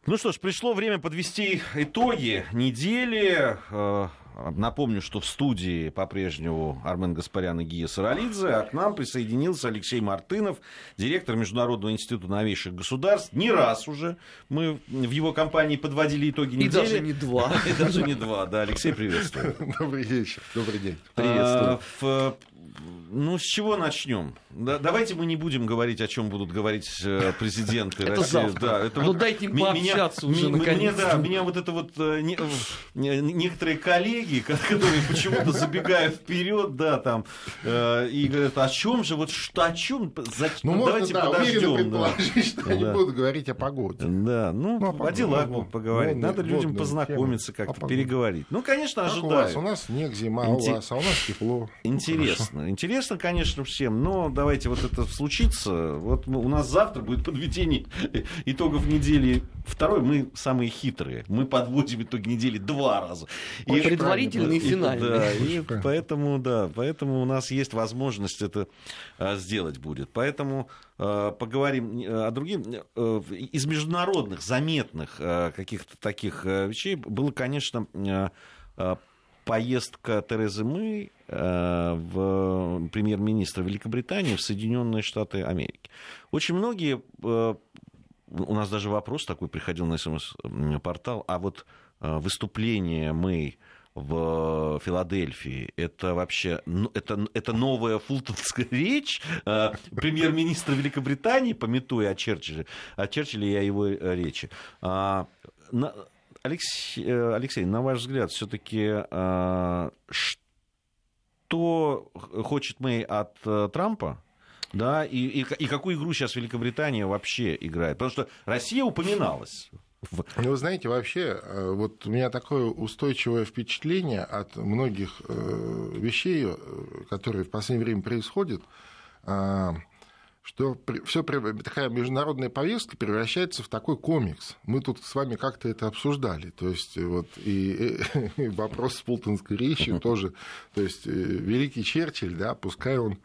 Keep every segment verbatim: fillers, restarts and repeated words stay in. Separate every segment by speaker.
Speaker 1: Ну что ж, пришло время подвести итоги недели. Напомню, что в студии по-прежнему Армен Гаспарян и Гия Саралидзе, а к нам присоединился Алексей Мартынов, директор Международного института новейших государств. Не раз уже мы в его компании подводили итоги недели.
Speaker 2: И даже не два.
Speaker 1: И даже не два, да. Алексей, приветствую.
Speaker 3: Добрый вечер, добрый день.
Speaker 1: Приветствую. Ну, с чего начнем? Да, давайте мы не будем говорить, о чем будут говорить президенты
Speaker 2: это
Speaker 1: России.
Speaker 2: Завтра.
Speaker 1: Да, это
Speaker 2: ну
Speaker 1: вот
Speaker 2: дайте им
Speaker 1: меня,
Speaker 2: пообщаться уже,
Speaker 1: меня,
Speaker 2: наконец.
Speaker 1: Да, меня вот это вот не, некоторые коллеги, которые почему-то забегают вперед, да, там, э, и говорят, о чем же, вот что, о чем?
Speaker 3: Ну, можно,
Speaker 1: давайте
Speaker 3: да,
Speaker 1: подождем.
Speaker 3: предположить, да. что они
Speaker 1: да.
Speaker 3: будут говорить о погоде.
Speaker 1: Да, ну, ну о, о делах могут поговорить. Водные, Надо людям познакомиться, как-то переговорить. Ну, конечно, ожидаю.
Speaker 3: У вас? У нас снег, зима, Инте... у вас, а у нас тепло.
Speaker 1: Интересно. Хорошо. Интересно, конечно, всем, но давайте вот это случится. Вот у нас завтра будет подведение итогов недели второй. Мы самые хитрые. Мы подводим итоги недели два раза.
Speaker 2: И предварительный и финальный.
Speaker 1: Да, и поэтому, да, поэтому у нас есть возможность это а, сделать будет. Поэтому а, поговорим о других. А, из международных, заметных а, каких-то таких а, вещей было, конечно, а, а, поездка Терезы Мэй, в премьер-министра Великобритании в Соединенные Штаты Америки. Очень многие, у нас даже вопрос такой приходил на СМС-портал, а вот выступление Мэй в Филадельфии, это вообще, это, это новая фултонская речь премьер-министра Великобритании, памятуя о Черчилле, о Черчилле и о его речи. Алексей, Алексей, на ваш взгляд, все-таки что хочет Мэй от Трампа, да, и, и, и какую игру сейчас Великобритания вообще играет? Потому что Россия упоминалась.
Speaker 3: Ну, вы знаете, вообще, вот у меня такое устойчивое впечатление от многих вещей, которые в последнее время происходят, что все, такая международная повестка превращается в такой комикс. Мы тут с вами как-то это обсуждали. То есть, вот, и, и вопрос с фултонской речью тоже. То есть, великий Черчилль, да, пускай он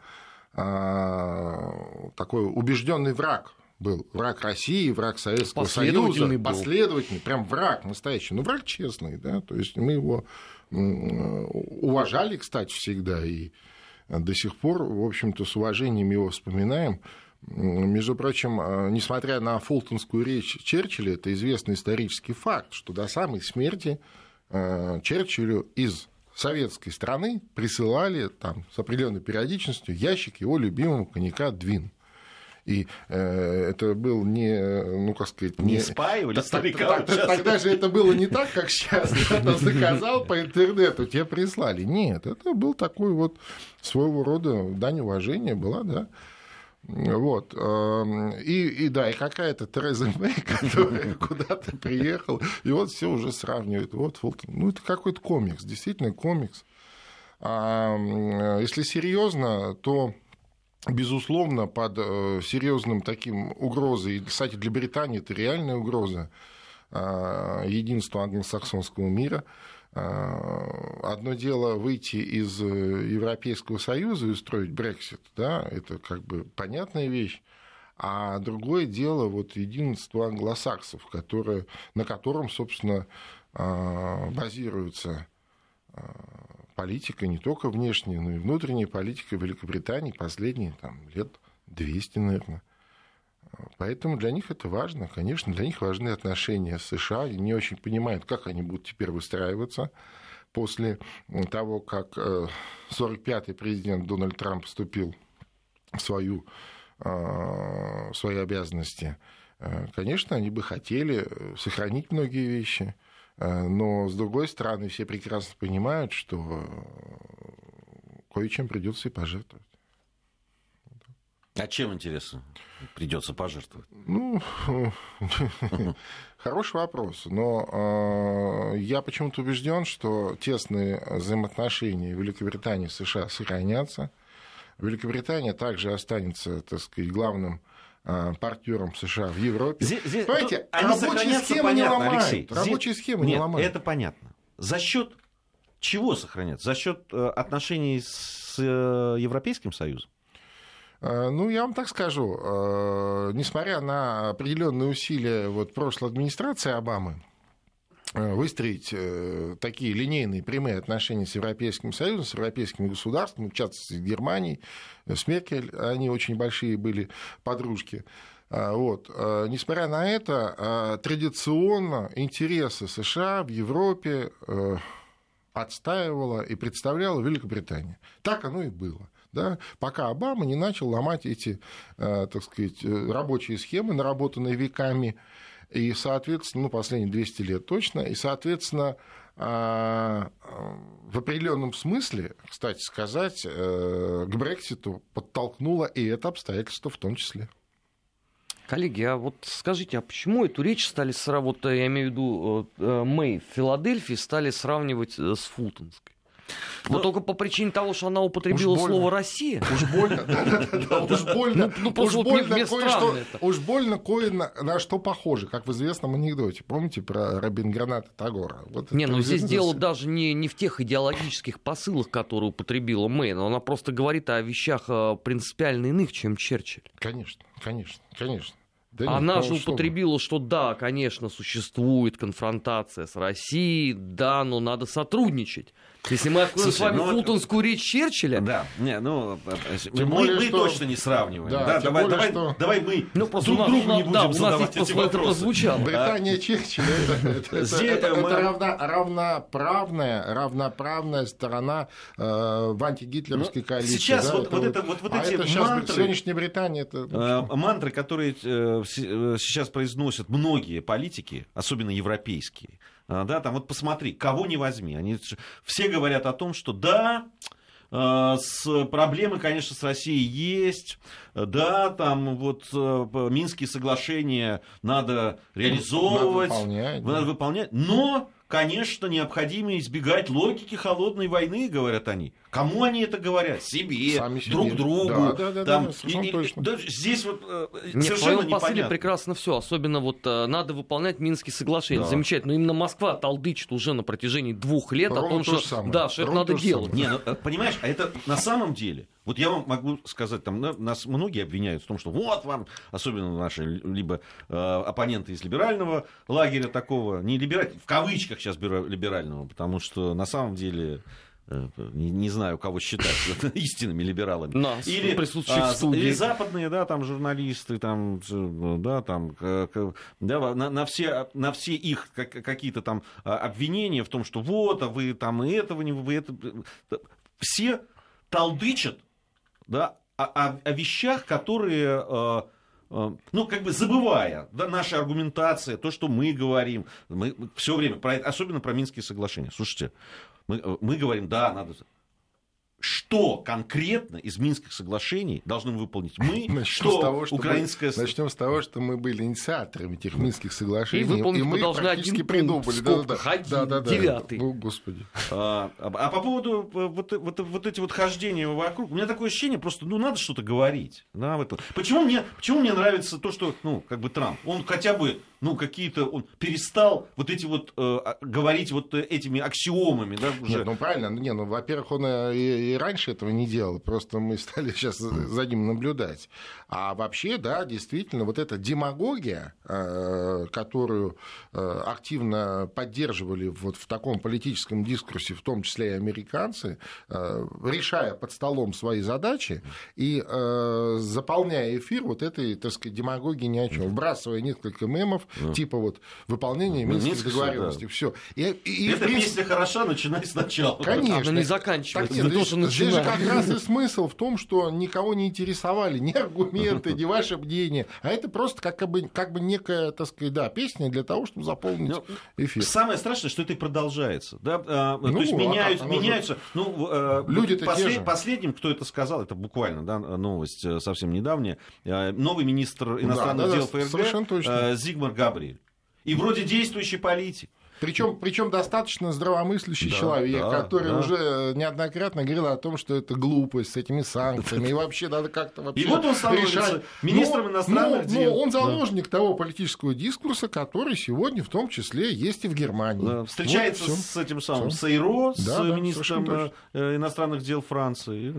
Speaker 3: а, такой убежденный враг был. Враг России, враг Советского
Speaker 2: последовательный
Speaker 3: Союза.
Speaker 2: Был.
Speaker 3: Последовательный, прям враг настоящий. Ну, враг честный, да. То есть, мы его уважали, кстати, всегда, и до сих пор, в общем-то, с уважением его вспоминаем. Между прочим, несмотря на фултонскую речь Черчилля, это известный исторический факт, что до самой смерти Черчиллю из советской страны присылали там, с определенной периодичностью ящик его любимого коньяка «Двин». И э, это был не, ну, как сказать...
Speaker 1: Не, не спаивали старика.
Speaker 3: Тогда же это было не так, как сейчас. Ты заказал по интернету, тебе прислали. Нет, это был такой вот своего рода дань уважения была, да. Вот. И, и да, и какая-то Тереза Мэй, которая куда-то приехала, и вот все уже сравнивают. Вот Фултон. Ну, это какой-то комикс, действительно комикс. А если серьезно, то... Безусловно, под серьезным таким угрозой, кстати, для Британии это реальная угроза единства англосаксонского мира. Одно дело выйти из Европейского Союза и устроить Брексит, да, это как бы понятная вещь, а другое дело вот единство англосаксов, которое, на котором, собственно, базируется политика, не только внешняя, но и внутренняя политика Великобритании последние там, лет двести, наверное. Поэтому для них это важно. Конечно, для них важны отношения с США. Они не очень понимают, как они будут теперь выстраиваться после того, как сорок пятый президент Дональд Трамп вступил в свою, в свои обязанности. Конечно, они бы хотели сохранить многие вещи. Но, с другой стороны, все прекрасно понимают, что кое-чем придется и пожертвовать.
Speaker 1: А чем, интересно, придется пожертвовать?
Speaker 3: Ну, хороший вопрос. Но я почему-то убежден, что тесные взаимоотношения Великобритании и США сохранятся. Великобритания также останется, так сказать, главным партнером США в Европе.
Speaker 1: Здесь, здесь,
Speaker 3: Понимаете, рабочие схемы не ломают.
Speaker 1: Алексей,
Speaker 3: рабочие
Speaker 1: здесь...
Speaker 3: схемы
Speaker 1: Нет,
Speaker 3: не ломают.
Speaker 1: Это понятно. За счет чего сохраняться? За счет отношений с Европейским Союзом?
Speaker 3: Ну, я вам так скажу, несмотря на определенные усилия вот прошлой администрации Обамы выстроить такие линейные прямые отношения с Европейским Союзом, с европейскими государствами, в частности, с Германией, с Меркель, они очень большие были подружки. Вот. Несмотря на это, традиционно интересы США в Европе отстаивала и представляла Великобритания. Так оно и было. Да, пока Обама не начал ломать эти, так сказать, рабочие схемы, наработанные веками, и, соответственно, ну, последние двести лет точно, и, соответственно, в определенном смысле, кстати сказать, к Брекситу подтолкнуло и это обстоятельство в том числе.
Speaker 2: Коллеги, а вот скажите, а почему эту речь стали сравнивать, вот, я имею в виду, Мэй в Филадельфии стали сравнивать с Фултонской? Но... Вот только по причине того, что она употребила слово «Россия».
Speaker 3: Уж больно, да-да-да, уж больно, уж больно кое-что, уж больно кое на что похоже, как в известном анекдоте. Помните про Рабиндраната Тагора?
Speaker 2: Не, ну здесь дело даже не, не в тех идеологических посылах, которые употребила Мэй, но она просто говорит о вещах принципиально иных, чем Черчилль.
Speaker 3: Конечно, конечно, конечно.
Speaker 2: Да Она нет, же употребила, что да, конечно, существует конфронтация с Россией, да, но надо сотрудничать. Если мы откроем Слушай, с вами ну, фултонскую речь Черчилля...
Speaker 1: Да, не, ну, мы,
Speaker 3: более,
Speaker 1: мы
Speaker 3: что...
Speaker 1: точно не сравниваем.
Speaker 3: Да,
Speaker 1: да, давай,
Speaker 3: более,
Speaker 1: давай,
Speaker 3: что...
Speaker 1: давай мы
Speaker 2: ну,
Speaker 1: друг другу не будем
Speaker 2: да,
Speaker 1: задавать эти вопросы.
Speaker 3: Британия Черчилля — это равноправная равноправная сторона в антигитлеровской коалиции.
Speaker 1: Сейчас вот эти мантры...
Speaker 3: Сегодняшняя Британия...
Speaker 1: Мантры, которые сейчас произносят многие политики, особенно европейские, да, там вот посмотри, кого не возьми, они все говорят о том, что да, с проблемы, конечно, с Россией есть, да, там вот Минские соглашения надо реализовывать, надо выполнять, надо выполнять, но, конечно, необходимо избегать логики холодной войны, говорят они. Кому они это говорят? Себе,
Speaker 3: Сами себе.
Speaker 1: Друг другу.
Speaker 3: Да, да, да,
Speaker 1: там,
Speaker 3: да,
Speaker 1: и, и, да, здесь вот
Speaker 2: Нет,
Speaker 1: совершенно
Speaker 2: в
Speaker 1: непонятно.
Speaker 2: Прекрасно все. Особенно вот надо выполнять Минские соглашения. Да. Замечательно. Но именно Москва толдычит уже на протяжении двух лет
Speaker 3: Ровно
Speaker 2: о том, что,
Speaker 3: самое.
Speaker 2: да, что это надо делать.
Speaker 1: Не, ну, понимаешь, а это на самом деле... Вот я вам могу сказать, там нас многие обвиняют в том, что вот вам, особенно наши либо э, оппоненты из либерального лагеря такого, не либераль, в кавычках сейчас либерального, потому что на самом деле... Не, не знаю, кого считать истинными либералами.
Speaker 2: Нас,
Speaker 1: или, а, или западные, да, там журналисты, там, да, там, да, на, на, все, на все их какие-то там обвинения в том, что вот, а вы там и этого не вы это. Все толдычат, да, о, о, о вещах, которые. Ну, как бы забывая, да, наша аргументация, то, что мы говорим, мы все время, про, особенно про Минские соглашения. Слушайте, мы, мы говорим, да, надо... Что конкретно из Минских соглашений должны выполнить мы, начнем что, того, что украинская...
Speaker 3: Мы, начнем с того, что мы были инициаторами этих Минских соглашений, и,
Speaker 2: выполнить
Speaker 3: и мы практически придумали.
Speaker 2: Да, да, да. Один, да, да, да. Девятый.
Speaker 3: Ну, господи.
Speaker 1: А, а по поводу вот, вот, вот эти вот хождения вокруг, у меня такое ощущение, просто, ну, надо что-то говорить. Да, в этом. Почему, мне, почему мне нравится то, что, ну, как бы Трамп, он хотя бы, ну, какие-то, он перестал вот эти вот, э, говорить вот этими аксиомами, да, уже.
Speaker 3: Нет, ну, правильно, не, ну, во-первых, он и, и раньше этого не делал, просто мы стали сейчас за ним наблюдать. А вообще, да, действительно, вот эта демагогия, э, которую э, активно поддерживали вот в таком политическом дискурсе, в том числе и американцы, э, решая под столом свои задачи и э, заполняя эфир вот этой, так сказать, демагогии ни о чем, вбрасывая несколько мемов, Mm. типа вот выполнение Минских Минск, договоренностей, да. Все. И, и,
Speaker 1: Эта и, песня хороша, начинай сначала.
Speaker 2: Конечно. Она не заканчивается.
Speaker 3: Так, нет, здесь, здесь же как раз и смысл в том, что никого не интересовали ни аргументы, ни ваше мнение, а это просто как бы, как бы некая, так сказать, да, песня для того, чтобы заполнить Но эфир.
Speaker 1: Самое страшное, что это и продолжается. Да? А, ну, то есть меняют, а меняются. Же... Ну,
Speaker 3: люди-то
Speaker 1: послед,
Speaker 3: те же.
Speaker 1: Последним, кто это сказал, это буквально да, новость совсем недавняя, новый министр иностранных да, дел
Speaker 3: да,
Speaker 1: ФРГ Зигмар Габриэль. И вроде действующий политик.
Speaker 3: Причем, причем достаточно здравомыслящий да, который, да, который да. уже неоднократно говорил о том, что это глупость с этими санкциями, и вообще надо как-то вообще
Speaker 1: И вот он становится министром но, иностранных
Speaker 3: но,
Speaker 1: дел.
Speaker 3: Но он заложник да. того политического дискурса, который сегодня в том числе есть и в Германии.
Speaker 1: Да, встречается вот, с этим самым Сейро,
Speaker 3: да,
Speaker 1: с
Speaker 3: да,
Speaker 1: министром иностранных дел Франции.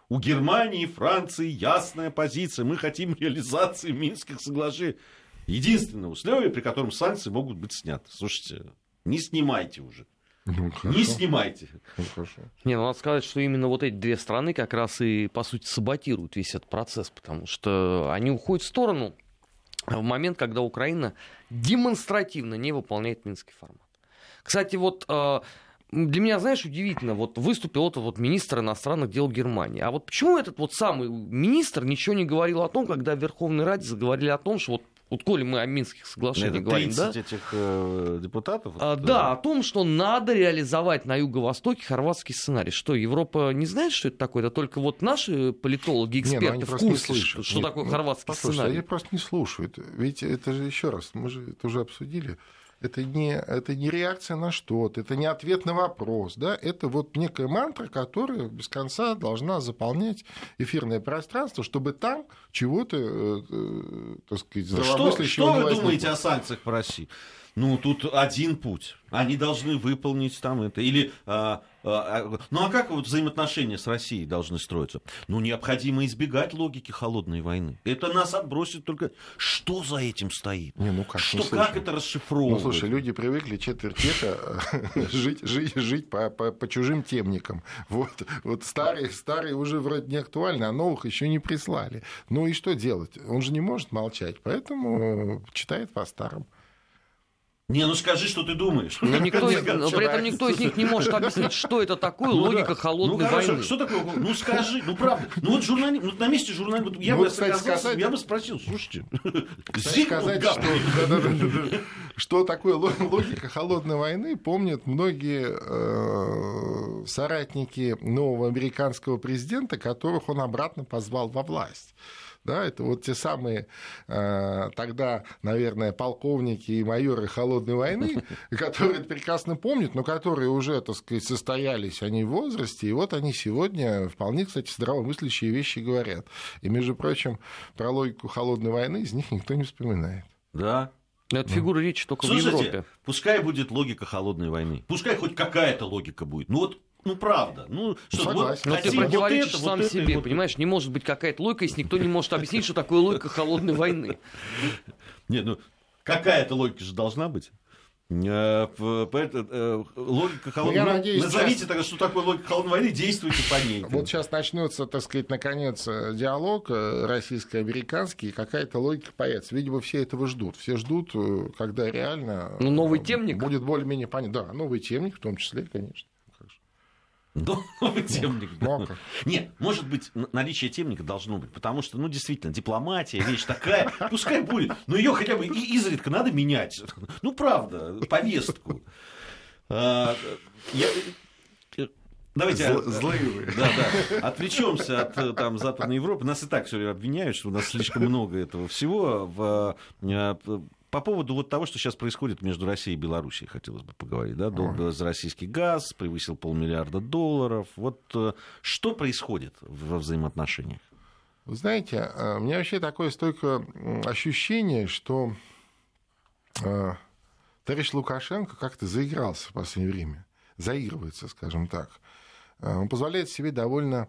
Speaker 1: У Германии и Франции ясная позиция. Мы хотим реализации Минских соглашений. Единственное условие, при котором санкции могут быть сняты. Слушайте, не снимайте уже.
Speaker 3: Ну,
Speaker 1: не снимайте.
Speaker 3: Ну, хорошо.
Speaker 2: Не, ну, надо сказать, что именно вот эти две страны как раз и, по сути, саботируют весь этот процесс, потому что они уходят в сторону в момент, когда Украина демонстративно не выполняет Минский формат. Кстати, вот для меня, знаешь, удивительно, вот выступил вот, вот министр иностранных дел Германии. А вот почему этот вот самый министр ничего не говорил о том, когда в Верховной Раде заговорили о том, что вот Вот коли мы о Минских соглашениях говорим, да?
Speaker 1: этих э, депутатов?
Speaker 2: А, да, о том, что надо реализовать на Юго-Востоке хорватский сценарий. Что, Европа не знает, что это такое? Это только вот наши политологи, эксперты
Speaker 3: не, ну,
Speaker 2: в курсе, что, что
Speaker 3: Нет,
Speaker 2: такое
Speaker 3: ну,
Speaker 2: хорватский
Speaker 3: послушай,
Speaker 2: сценарий.
Speaker 3: Они просто не слушают. Ведь это же, еще раз, мы же это уже обсудили, это не, это не реакция на что-то, это не ответ на вопрос, да? Это вот некая мантра, которая без конца должна заполнять эфирное пространство, чтобы там чего-то, э, так сказать, здравомыслящего
Speaker 1: Что, что
Speaker 3: не
Speaker 1: вы
Speaker 3: возникло.
Speaker 1: думаете о санкциях по России? Ну, тут один путь. Они должны выполнить там это. Или, а, а, ну, а как вот взаимоотношения с Россией должны строиться? Ну, необходимо избегать логики холодной войны. Это нас отбросит только... Что за этим стоит?
Speaker 3: Не, ну как,
Speaker 1: что,
Speaker 3: ну,
Speaker 1: как
Speaker 3: слушай,
Speaker 1: это расшифровывать?
Speaker 3: Ну, слушай, люди привыкли четверть века жить, жить, жить по, по, по чужим темникам. Вот, вот старые, старые уже вроде не актуальны, а новых еще не прислали. Ну и что делать? Он же не может молчать, поэтому читает по старым.
Speaker 1: Не, ну скажи, что ты думаешь.
Speaker 2: Но, никто, но при этом никто из них не может объяснить, что это такое,
Speaker 1: ну,
Speaker 2: логика
Speaker 1: да.
Speaker 2: холодной
Speaker 1: ну, хорошо,
Speaker 2: войны.
Speaker 1: Что такое? Ну скажи, ну правда. Ну вот журналист, ну, на месте журналиста, я
Speaker 3: ну,
Speaker 1: бы
Speaker 3: кстати,
Speaker 1: оказался,
Speaker 3: сказать...
Speaker 1: я бы спросил, слушайте,
Speaker 3: сказать, что, да, да, да, да, что такое логика холодной войны, помнят многие э, соратники нового американского президента, которых он обратно позвал во власть. Да, это вот те самые э, тогда, наверное, полковники и майоры холодной войны, которые это прекрасно помнят, но которые уже, так сказать, состоялись они в возрасте, и вот они сегодня вполне, кстати, здравомыслящие вещи говорят. И, между прочим, про логику холодной войны из них никто не вспоминает.
Speaker 1: Да.
Speaker 2: Но это фигура речи только
Speaker 1: Слушайте,
Speaker 2: в Европе.
Speaker 1: Пускай будет логика холодной войны. Пускай хоть какая-то логика будет. Ну вот, ну правда. Ну, что,
Speaker 3: согласен.
Speaker 2: Но
Speaker 1: вот,
Speaker 2: ты
Speaker 1: хотим
Speaker 2: противоречишь
Speaker 1: вот это,
Speaker 2: сам
Speaker 1: вот
Speaker 2: себе,
Speaker 1: это, вот
Speaker 2: понимаешь? Не может быть какая-то логика, если никто не может объяснить, что такое логика холодной войны.
Speaker 1: Нет, ну какая-то логика же должна быть. Логика холодной войны. Назовите
Speaker 3: сейчас...
Speaker 1: тогда, что такое логика холодной войны, действуйте по ней.
Speaker 3: Вот сейчас начнется, так сказать, наконец, диалог российско-американский, и какая-то логика появится. Видимо, все этого ждут. Все ждут, когда реально
Speaker 2: ну, новый темник
Speaker 3: будет более-менее понятно. Да, новый темник в том числе, конечно.
Speaker 1: Новый темник.
Speaker 3: Да.
Speaker 1: Нет, может быть, наличие темника должно быть, потому что, ну, действительно, дипломатия, вещь такая, пускай будет, но ее хотя бы изредка надо менять. Ну, правда, повестку. Я... Давайте
Speaker 3: Злые вы.
Speaker 1: Да, да. Отвлечемся от там, Западной Европы. Нас и так все время обвиняют, что у нас слишком много этого всего. В... По поводу вот того, что сейчас происходит между Россией и Белоруссией, хотелось бы поговорить. Да? Долг за российский газ превысил полмиллиарда долларов. Вот что происходит во взаимоотношениях?
Speaker 3: Вы знаете, у меня вообще такое стойкое ощущение, что товарищ Лукашенко как-то заигрался в последнее время. Заигрывается, скажем так. Он позволяет себе довольно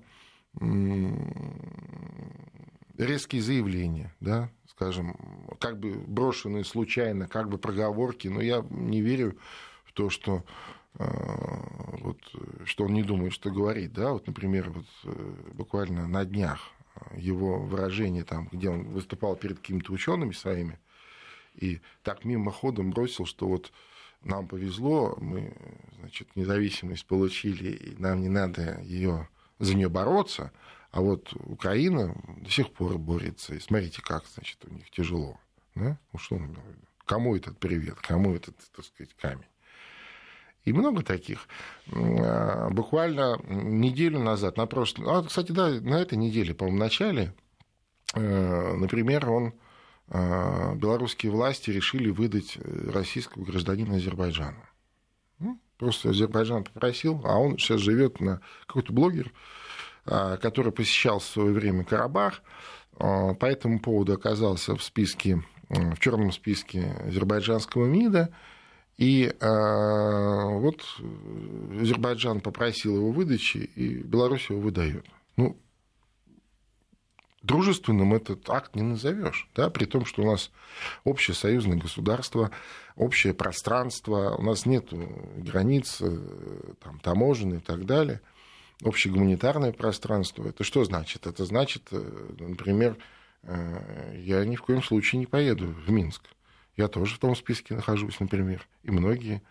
Speaker 3: резкие заявления, да, скажем, как бы брошенные случайно, как бы проговорки, но я не верю в то, что, вот, что он не думает, что говорит. Да? Вот, например, вот, буквально на днях его выражение, там, где он выступал перед какими-то учеными своими, и так мимоходом бросил, что вот нам повезло, мы, значит, независимость получили, и нам не надо ее, за нее бороться, а вот Украина до сих пор борется. И смотрите, как, значит, у них тяжело. Да? Ну, что он имел в виду? Кому этот привет? Кому этот, так сказать, камень? И много таких. Буквально неделю назад, на прошлой... А, кстати, да, на этой неделе, по-моему, в начале, например, он... белорусские власти решили выдать российского гражданина Азербайджана. Просто Азербайджан попросил, а он сейчас живет на какой-то блогер, который посещал в свое время Карабах, по этому поводу оказался в списке, в черном списке азербайджанского МИДа, и вот Азербайджан попросил его выдачи, и Беларусь его выдает. Ну, Дружественным этот акт не назовешь, да, при том, что у нас общее союзное государство, общее пространство, у нас нет границ, там, таможен и так далее, общее гуманитарное пространство. Это что значит? Это значит, например, я ни в коем случае не поеду в Минск. Я тоже в том списке нахожусь, например, и многие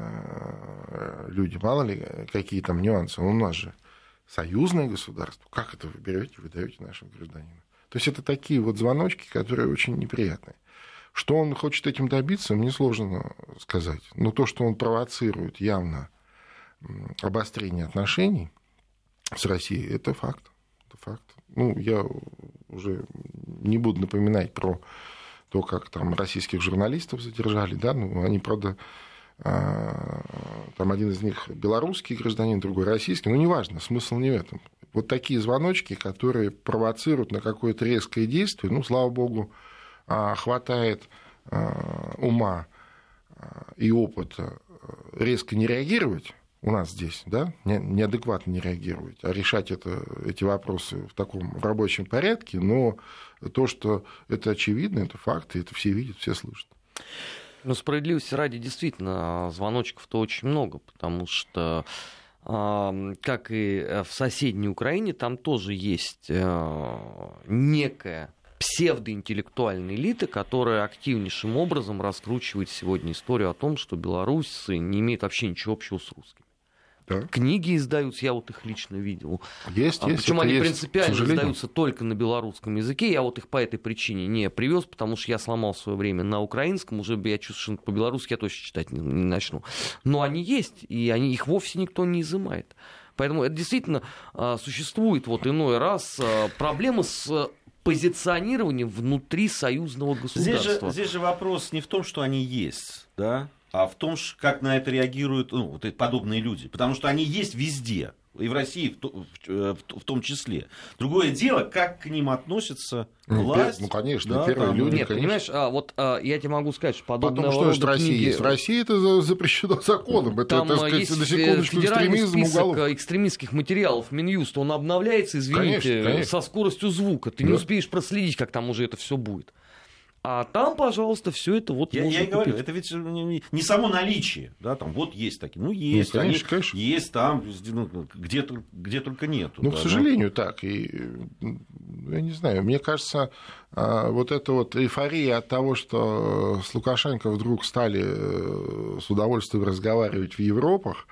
Speaker 3: люди, мало ли, какие там нюансы. У нас же союзное государство. Как это вы берете, вы даете нашим гражданинам? То есть это такие вот звоночки, которые очень неприятные. Что он хочет этим добиться, мне сложно сказать. Но то, что он провоцирует явно обострение отношений с Россией, это факт. Это факт. Ну, я уже не буду напоминать про то, как там российских журналистов задержали, да, ну, они, правда, там один из них белорусский гражданин, другой российский, но неважно, смысл не в этом. Вот такие звоночки, которые провоцируют на какое-то резкое действие, ну, слава богу, хватает ума и опыта резко не реагировать у нас здесь, да, неадекватно не реагировать, а решать это, эти вопросы в таком рабочем порядке, но то, что это очевидно, это факты, это все видят, все слышат.
Speaker 2: Ну, справедливости ради, действительно, звоночков-то очень много, потому что, как и в соседней Украине, там тоже есть некая псевдоинтеллектуальная элита, которая активнейшим образом раскручивает сегодня историю о том, что белорусы не имеют вообще ничего общего с русскими. Да. Книги издаются, я вот их лично видел.
Speaker 3: Есть, есть.
Speaker 2: Причем они
Speaker 3: есть,
Speaker 2: принципиально издаются только на белорусском языке. Я вот их по этой причине не привез, потому что я сломал в свое время на украинском. Уже я чувствую, что по-белорусски я точно читать не, не начну. Но они есть, и они, их вовсе никто не изымает. Поэтому это действительно существует вот иной раз проблема с позиционированием внутри союзного государства.
Speaker 1: Здесь же, здесь же вопрос не в том, что они есть, да? А в том, как на это реагируют, ну, вот подобные люди. Потому что они есть везде, и в России в, в, в том числе. Другое дело, как к ним относятся власть.
Speaker 3: Ну, конечно,
Speaker 1: да,
Speaker 3: первые
Speaker 1: там,
Speaker 3: люди,
Speaker 2: Нет,
Speaker 3: конечно.
Speaker 2: понимаешь, а, вот а, я тебе могу сказать, что подобного
Speaker 3: Потом, что
Speaker 2: рода
Speaker 3: Россия
Speaker 2: книги...
Speaker 3: есть? В России это запрещено законом. Это,
Speaker 2: Там
Speaker 3: так сказать,
Speaker 2: есть
Speaker 3: на секундочку,
Speaker 2: федеральный
Speaker 3: экстремизм,
Speaker 2: список
Speaker 3: уголовка.
Speaker 2: экстремистских материалов Минюста. Он обновляется, извините,
Speaker 3: Конечно, конечно.
Speaker 2: со скоростью звука. Ты
Speaker 3: Да.
Speaker 2: не успеешь проследить, как там уже это все будет. А там, пожалуйста, все это вот
Speaker 1: Я,
Speaker 2: можно
Speaker 1: я и говорю,
Speaker 2: купить.
Speaker 1: это ведь не, не само наличие, да, там вот есть такие, ну есть,
Speaker 3: Ну, конечно,
Speaker 1: они,
Speaker 3: конечно.
Speaker 1: есть там, ну, где, где только нету.
Speaker 3: Ну,
Speaker 1: да,
Speaker 3: к сожалению, так. И, я не знаю, мне кажется, вот эта вот эйфория от того, что с Лукашенко вдруг стали с удовольствием разговаривать в Европах,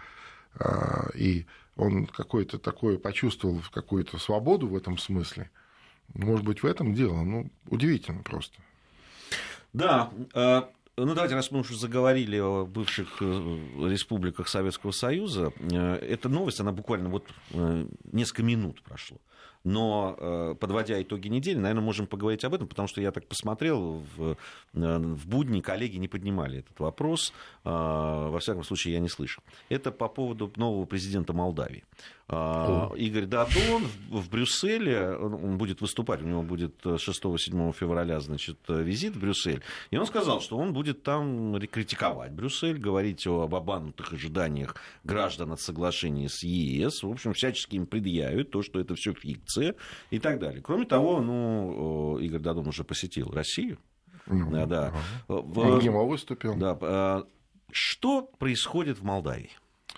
Speaker 3: и он какой-то такой почувствовал какую-то свободу в этом смысле, может быть, в этом дело, ну, удивительно просто.
Speaker 1: Да, ну давайте, раз мы уже заговорили о бывших республиках Советского Союза, эта новость, она буквально вот несколько минут прошло. Но, подводя итоги недели, наверное, можем поговорить об этом, потому что я так посмотрел, в, в будни коллеги не поднимали этот вопрос. Во всяком случае, я не слышал. Это по поводу нового президента Молдавии. О. Игорь Додон в Брюсселе, он будет выступать, у него будет шестого-седьмого февраля, значит, визит в Брюссель. И он сказал, что он будет там критиковать Брюссель, говорить об обманутых ожиданиях граждан от соглашения с ЕС. В общем, всячески им предъявят то, что это все фикция. И так далее. Кроме того, ну, Игорь Додон уже посетил Россию.
Speaker 3: Ну,
Speaker 1: да, да.
Speaker 3: В ГИМО выступил.
Speaker 1: Да. Что происходит в Молдавии?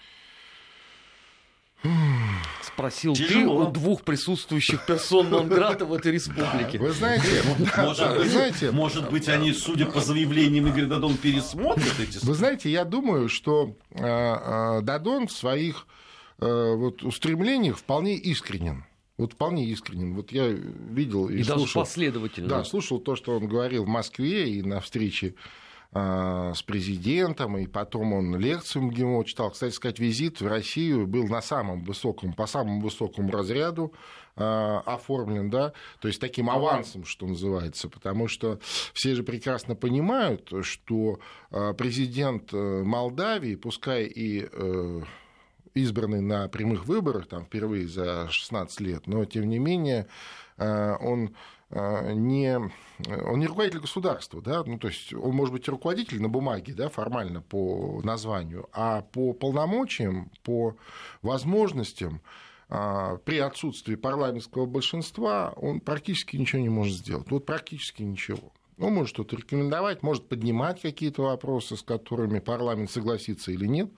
Speaker 2: Спросил
Speaker 1: Тяжело.
Speaker 2: ты у двух присутствующих персон нон-грата в этой республике.
Speaker 3: Вы знаете,
Speaker 1: Может,
Speaker 3: вы знаете,
Speaker 1: может быть, они, судя по заявлениям Игоря Додона, пересмотрят эти
Speaker 3: Вы знаете, я думаю, что Додон в своих вот, устремлениях вполне искренен. Вот вполне искренен. Вот я видел и,
Speaker 2: и
Speaker 3: слушал,
Speaker 2: даже последовательно.
Speaker 3: Да, слушал то, что он говорил в Москве и на встрече э, с президентом, и потом он лекцию МГИМО читал. Кстати сказать, визит в Россию был на самом высоком, по самому высокому разряду э, оформлен, да, то есть таким авансом, что называется, потому что все же прекрасно понимают, что э, президент Молдавии, пускай и... Э, избранный на прямых выборах, там, впервые за шестнадцать лет, но, тем не менее, он не, он не руководитель государства, да? Ну, то есть он может быть руководитель на бумаге, да, формально по названию, а по полномочиям, по возможностям при отсутствии парламентского большинства он практически ничего не может сделать. Вот практически ничего. Он может что-то рекомендовать, может поднимать какие-то вопросы, с которыми парламент согласится или нет,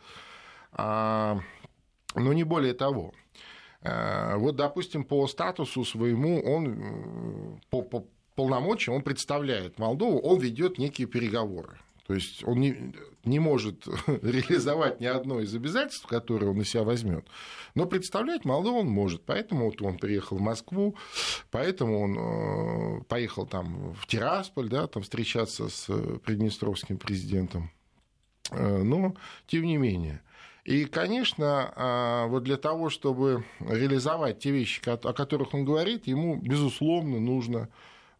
Speaker 3: но не более того. Вот, допустим, по статусу своему, он, по, по полномочиям, он представляет Молдову, он ведет некие переговоры. То есть он не, не может реализовать ни одно из обязательств, которые он на себя возьмет, но представлять Молдову он может. Поэтому вот он приехал в Москву, поэтому он поехал там в Тирасполь, да, там встречаться с приднестровским президентом. Но тем не менее. И, конечно, вот для того, чтобы реализовать те вещи, о которых он говорит, ему, безусловно, нужно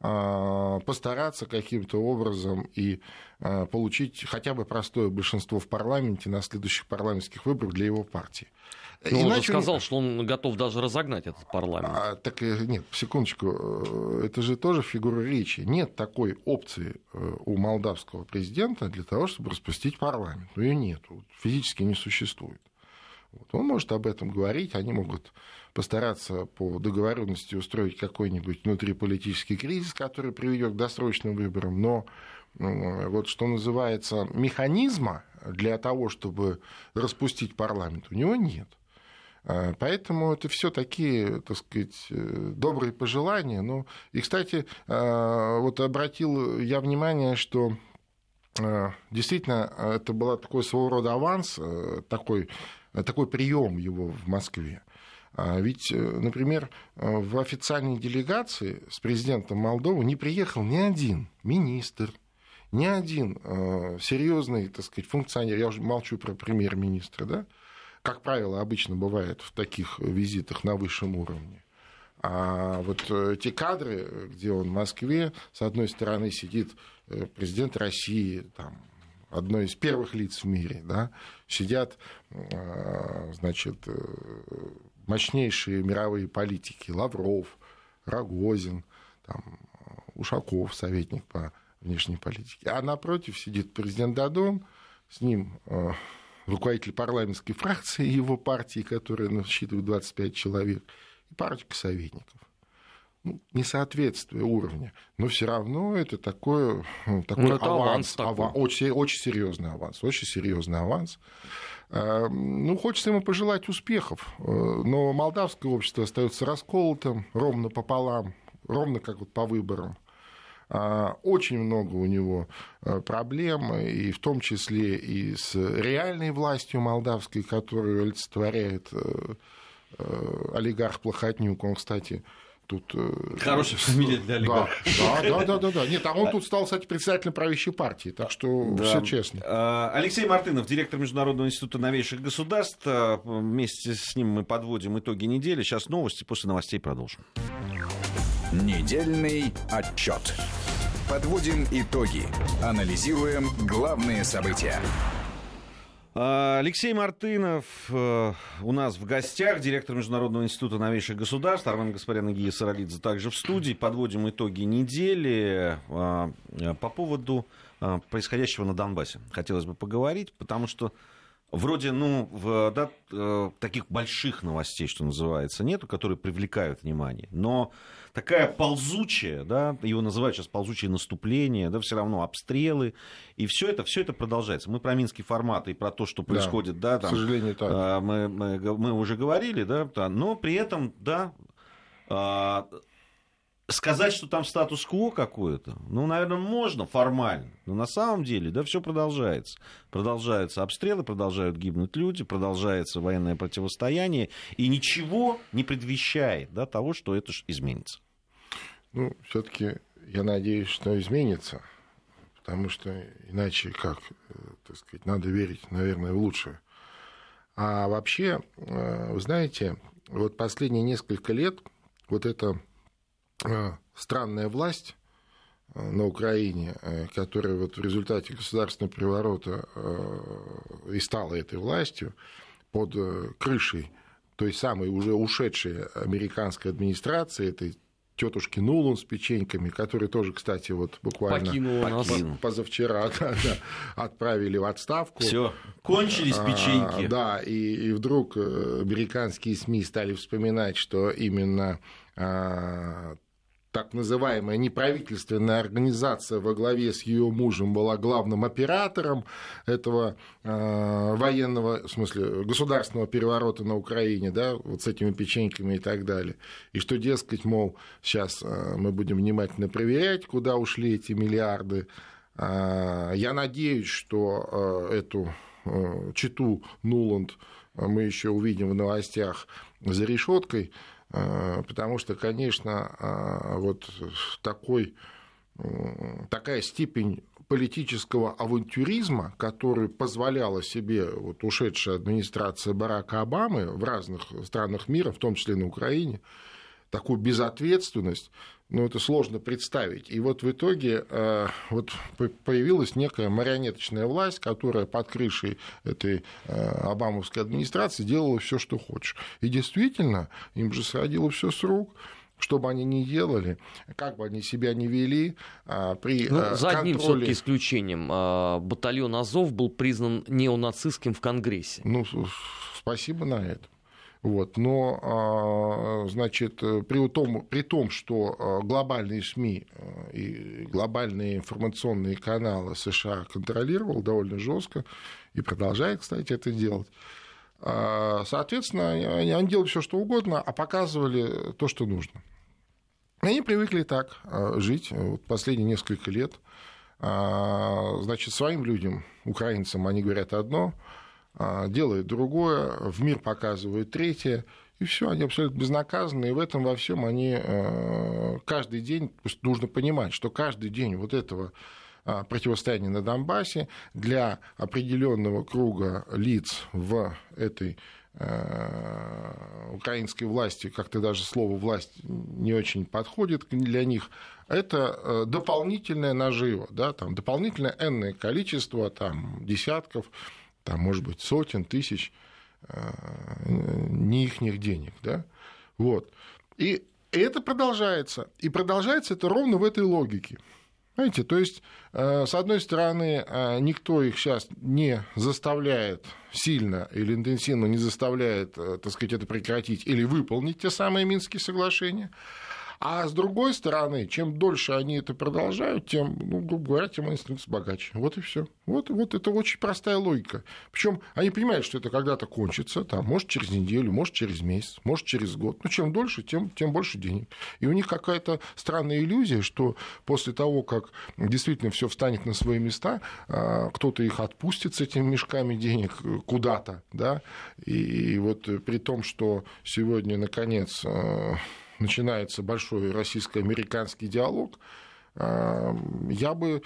Speaker 3: постараться каким-то образом и получить хотя бы простое большинство в парламенте на следующих парламентских выборах для его партии.
Speaker 2: Но Иначе он же сказал, он... что он готов даже разогнать этот парламент.
Speaker 3: А, так нет, секундочку, это же тоже фигура речи. Нет такой опции у молдавского президента для того, чтобы распустить парламент. Ее нет, физически не существует. Вот. Он может об этом говорить, они могут постараться по договоренности устроить какой-нибудь внутриполитический кризис, который приведет к досрочным выборам, но вот что называется механизма для того, чтобы распустить парламент, у него нет. Поэтому это все такие, так сказать, добрые пожелания. Ну, и, кстати, вот обратил я внимание, что действительно это был такой своего рода аванс, такой, такой прием его в Москве. Ведь, например, в официальной делегации с президентом Молдовы не приехал ни один министр, ни один серьезный, так сказать, функционер, я уже молчу про премьер-министра, да, как правило, обычно бывает в таких визитах на высшем уровне. А вот те кадры, где он в Москве, с одной стороны сидит президент России, там, одно из первых лиц в мире, да, сидят, значит, мощнейшие мировые политики: Лавров, Рогозин, там, Ушаков, советник по внешней политике. А напротив сидит президент Додон, с ним руководитель парламентской фракции его партии, которая насчитывает двадцать пять человек, и парочка советников. Ну, несоответствие уровня, но все равно это такой, такой ну, это аванс, аванс такой. Очень, очень серьезный аванс, очень серьезный аванс. Ну, хочется ему пожелать успехов, но молдавское общество остается расколотым ровно пополам, ровно как вот по выборам. Очень много у него проблем, и в том числе и с реальной властью молдавской, которую олицетворяет олигарх Плохотнюк. Он, кстати, тут...
Speaker 1: Хорошая фамилия для олигарха.
Speaker 3: Да, да, да, да, да. Нет, а он тут стал, кстати, председателем правящей партии, так что да. Все честно.
Speaker 1: Алексей Мартынов, директор Международного института новейших государств. Вместе с ним мы подводим итоги недели. Сейчас новости, после новостей продолжим.
Speaker 4: Недельный отчет. Подводим итоги. Анализируем главные события.
Speaker 1: Алексей Мартынов у нас в гостях, директор Международного института новейших государств. Армен Гаспарян и Гия Саралидзе также в студии. Подводим итоги недели. По поводу происходящего на Донбассе хотелось бы поговорить, потому что вроде, ну, в, да, таких больших новостей, что называется, нету, которые привлекают внимание. Но такая ползучая, да, его называют сейчас ползучее наступление, да, все равно обстрелы, и все это, все это продолжается. Мы про минский формат и про то, что происходит, да,
Speaker 3: да там, к сожалению, так.
Speaker 1: Мы, мы, мы уже говорили, да, но при этом, да, сказать, что там статус-кво какое-то, ну, наверное, можно формально, но на самом деле, да, все продолжается. Продолжаются обстрелы, продолжают гибнуть люди, продолжается военное противостояние, и ничего не предвещает, да, того, что это изменится.
Speaker 3: Ну, все-таки я надеюсь, что изменится, потому что иначе как, так сказать, надо верить, наверное, в лучшее. А вообще, вы знаете, вот последние несколько лет вот это странная власть на Украине, которая вот в результате государственного переворота и стала этой властью под крышей той самой уже ушедшей американской администрации, этой тетушки Нуланд с печеньками, которые тоже, кстати, вот буквально
Speaker 2: Покинула нас.
Speaker 3: позавчера да, да, отправили в отставку.
Speaker 1: Все, кончились печеньки.
Speaker 3: А, да, и, и вдруг американские СМИ стали вспоминать, что именно а, так называемая неправительственная организация во главе с ее мужем была главным оператором этого э, военного, в смысле, государственного переворота на Украине, да, вот с этими печеньками и так далее. И что, дескать, мол, сейчас э, мы будем внимательно проверять, куда ушли эти миллиарды. Э, я надеюсь, что э, эту э, чету Нуланд мы еще увидим в новостях за решеткой. Потому что, конечно, вот такой, такая степень политического авантюризма, которую позволяла себе вот ушедшая администрация Барака Обамы в разных странах мира, в том числе на Украине, такую безответственность, ну, это сложно представить. И вот в итоге вот появилась некая марионеточная власть, которая под крышей этой обамовской администрации делала все, что хочешь. И действительно, им же сходило все с рук. Что бы они ни делали, как бы они себя ни вели, при
Speaker 2: ну, за одним
Speaker 3: контроле...
Speaker 2: все-таки исключением. Батальон Азов был признан неонацистским в Конгрессе.
Speaker 3: Ну, спасибо на это. Вот. Но, значит, при том, при том, что глобальные СМИ и глобальные информационные каналы США контролировал довольно жестко и продолжает, кстати, это делать, соответственно, они делали все, что угодно, а показывали то, что нужно. Они привыкли так жить вот последние несколько лет. Значит, своим людям, украинцам, они говорят одно, делают другое, в мир показывают третье, и все, они абсолютно безнаказанны, и в этом во всем они каждый день, нужно понимать, что каждый день вот этого противостояния на Донбассе для определенного круга лиц в этой украинской власти, как-то даже слово «власть» не очень подходит для них, это дополнительная нажива, да, там, дополнительное энное количество там, десятков, там, может быть, сотен, тысяч не ихних денег. Да? Вот. И это продолжается. И продолжается это ровно в этой логике. Знаете, то есть, с одной стороны, никто их сейчас не заставляет сильно или интенсивно не заставляет, так сказать, это прекратить или выполнить те самые Минские соглашения. А с другой стороны, чем дольше они это продолжают, тем, ну, грубо говоря, тем они становятся богаче. Вот и все. Вот, вот это очень простая логика. Причем они понимают, что это когда-то кончится, там, может, через неделю, может, через месяц, может, через год. Но чем дольше, тем, тем больше денег. И у них какая-то странная иллюзия, что после того, как действительно все встанет на свои места, кто-то их отпустит с этими мешками денег куда-то. Да? И вот при том, что сегодня, наконец, начинается большой российско-американский диалог, я бы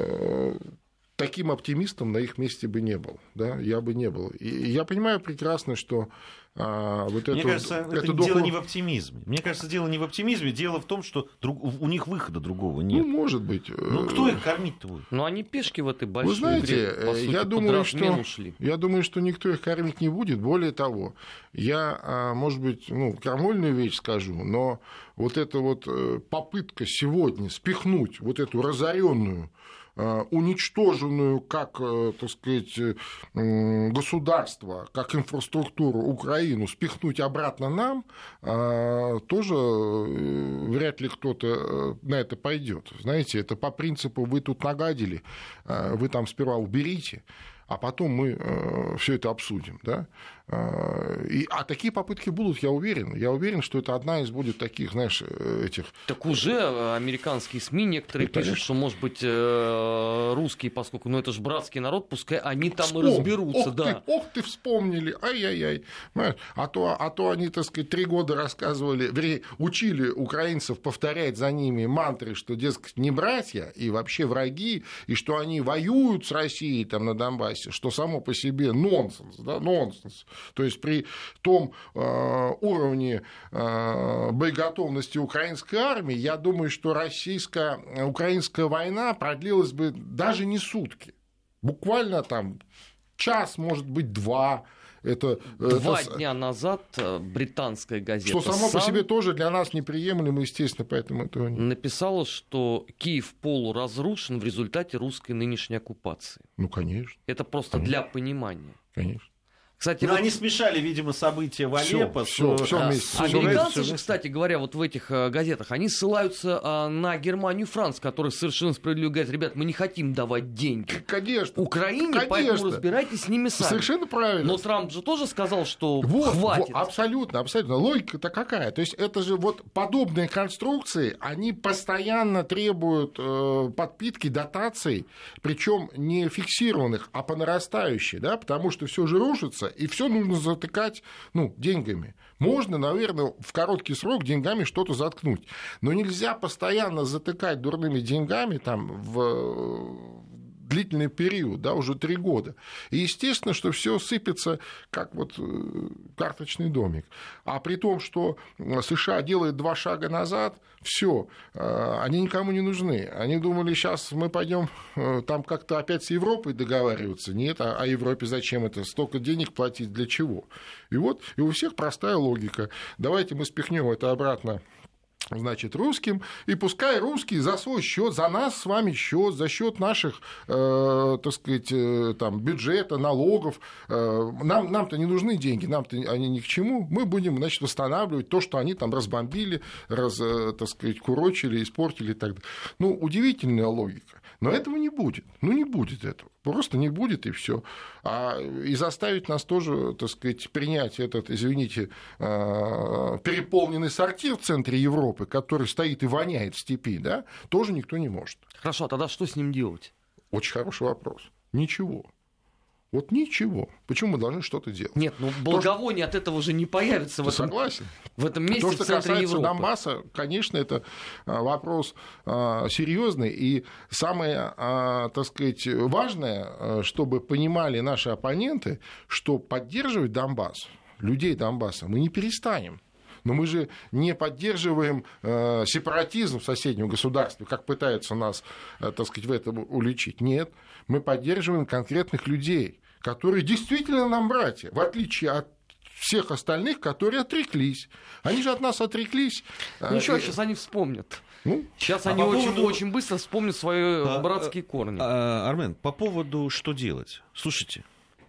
Speaker 3: таким оптимистом на их месте бы не был. Да? Я бы не был. И я понимаю прекрасно, что вот
Speaker 1: Мне
Speaker 3: это,
Speaker 1: кажется,
Speaker 3: вот,
Speaker 1: это
Speaker 3: это
Speaker 1: дело
Speaker 3: дохло...
Speaker 1: не в оптимизме. Мне кажется, дело не в оптимизме, дело в том, что друг... у них выхода другого нет.
Speaker 3: Ну, может быть.
Speaker 1: Ну, кто их кормить-то будет?
Speaker 2: Ну, они пешки в этой большой
Speaker 3: Вы знаете,
Speaker 2: игре, по сути,
Speaker 3: я
Speaker 2: под
Speaker 3: думаю,
Speaker 2: размен
Speaker 3: что,
Speaker 2: ушли.
Speaker 3: я думаю, что никто их кормить не будет. Более того, я, может быть, ну, крамольную вещь скажу, но вот эта вот попытка сегодня спихнуть вот эту разоренную, уничтоженную как, так сказать, государство, как инфраструктуру Украину спихнуть обратно нам, тоже вряд ли кто-то на это пойдет. Знаете, это по принципу «вы тут нагадили, вы там сперва уберите, а потом мы э, все это обсудим. Да? И, а такие попытки будут, я уверен. Я уверен, что это одна из будет таких, знаешь, этих...
Speaker 2: Так уже американские СМИ некоторые
Speaker 3: ну,
Speaker 2: пишут, что, может быть, русские, поскольку, ну, это же братский народ, пускай они там
Speaker 3: Вспом...
Speaker 2: и разберутся.
Speaker 3: Ох,
Speaker 2: да.
Speaker 3: ты, ох ты, вспомнили, ай-яй-яй. А то, а то они, так сказать, три года рассказывали, вернее, учили украинцев повторять за ними мантры, что, дескать, не братья и вообще враги, и что они воюют с Россией там на Донбассе, что само по себе нонсенс, да, нонсенс. То есть при том э, уровне э, боеготовности украинской армии, я думаю, что российско-украинская война продлилась бы даже не сутки. Буквально там час, может быть, два. Это,
Speaker 2: Два
Speaker 3: это...
Speaker 2: дня назад британская газета
Speaker 3: Что само
Speaker 2: «Сан»
Speaker 3: по себе тоже для нас неприемлемо, естественно, поэтому этого нет.
Speaker 2: написала, что Киев полуразрушен в результате русской нынешней оккупации.
Speaker 3: Ну, конечно.
Speaker 2: Это просто
Speaker 3: конечно.
Speaker 2: для понимания.
Speaker 3: Конечно.
Speaker 2: Кстати,
Speaker 1: Но
Speaker 2: вот...
Speaker 1: они смешали, видимо, события в Алеппо.
Speaker 3: Всё,
Speaker 1: с...
Speaker 3: всё, всё
Speaker 2: А,
Speaker 3: вместе, всё
Speaker 2: Американцы
Speaker 1: вместе.
Speaker 2: же, кстати говоря, вот в этих а, газетах, они ссылаются а, на Германию и Францию, которые совершенно справедливо говорят: ребят, мы не хотим давать деньги
Speaker 3: Конечно.
Speaker 2: Украине,
Speaker 3: Конечно.
Speaker 2: поэтому разбирайтесь с ними сами.
Speaker 3: Совершенно правильно.
Speaker 2: Но Трамп же тоже сказал, что
Speaker 3: Вот,
Speaker 2: хватит.
Speaker 3: вот, абсолютно, абсолютно. Логика-то какая? То есть это же вот подобные конструкции, они постоянно требуют э, подпитки, дотаций, причем не фиксированных, а по нарастающей, да, потому что все же рушится, и все нужно затыкать, ну, деньгами. Можно, наверное, в короткий срок деньгами что-то заткнуть, но нельзя постоянно затыкать дурными деньгами там в длительный период, да, уже три года. И естественно, что все сыпется, как вот карточный домик. А при том, что США делает два шага назад, все, они никому не нужны. Они думали, сейчас мы пойдем там как-то опять с Европой договариваться. Нет, а Европе зачем это? Столько денег платить для чего? И вот, и у всех простая логика. Давайте мы спихнем это обратно, значит, русским, и пускай русские за свой счет, за нас с вами счет, за счет наших, э, так сказать, э, там, бюджета, налогов, э, нам, нам-то не нужны деньги, нам-то они ни к чему, мы будем, значит, восстанавливать то, что они там разбомбили, раз, э, так сказать, курочили, испортили и так далее. Ну, удивительная логика, но этого не будет, ну, не будет этого. Просто не будет, и все. А и заставить нас тоже, так сказать, принять этот, извините, переполненный сортир в центре Европы, который стоит и воняет в степи, да, тоже никто не может.
Speaker 2: Хорошо, а тогда что с ним делать?
Speaker 3: Очень хороший вопрос. Ничего. Вот ничего. Почему мы должны что-то делать?
Speaker 2: Нет, ну благовоние то, от этого же не появится в этом,
Speaker 3: согласен.
Speaker 2: В этом месте,
Speaker 3: то,
Speaker 2: в
Speaker 3: что
Speaker 2: центре
Speaker 3: касается
Speaker 2: Европы.
Speaker 3: Донбасса, конечно, это вопрос серьезный. И самое, так сказать, важное, чтобы понимали наши оппоненты, что поддерживать Донбасс, людей Донбасса, мы не перестанем. Но мы же не поддерживаем э, сепаратизм в соседнем государстве, как пытаются нас, э, так сказать, в этом уличить. Нет, мы поддерживаем конкретных людей, которые действительно нам братья, в отличие от всех остальных, которые отреклись. Они же от нас отреклись.
Speaker 2: Ничего,
Speaker 3: э,
Speaker 2: сейчас они вспомнят.
Speaker 3: Ну,
Speaker 2: сейчас
Speaker 1: а
Speaker 2: они
Speaker 1: по
Speaker 2: очень,
Speaker 1: поводу...
Speaker 2: очень быстро вспомнят свои
Speaker 1: а,
Speaker 2: братские корни.
Speaker 1: А, Армен, по поводу что делать? Слушайте,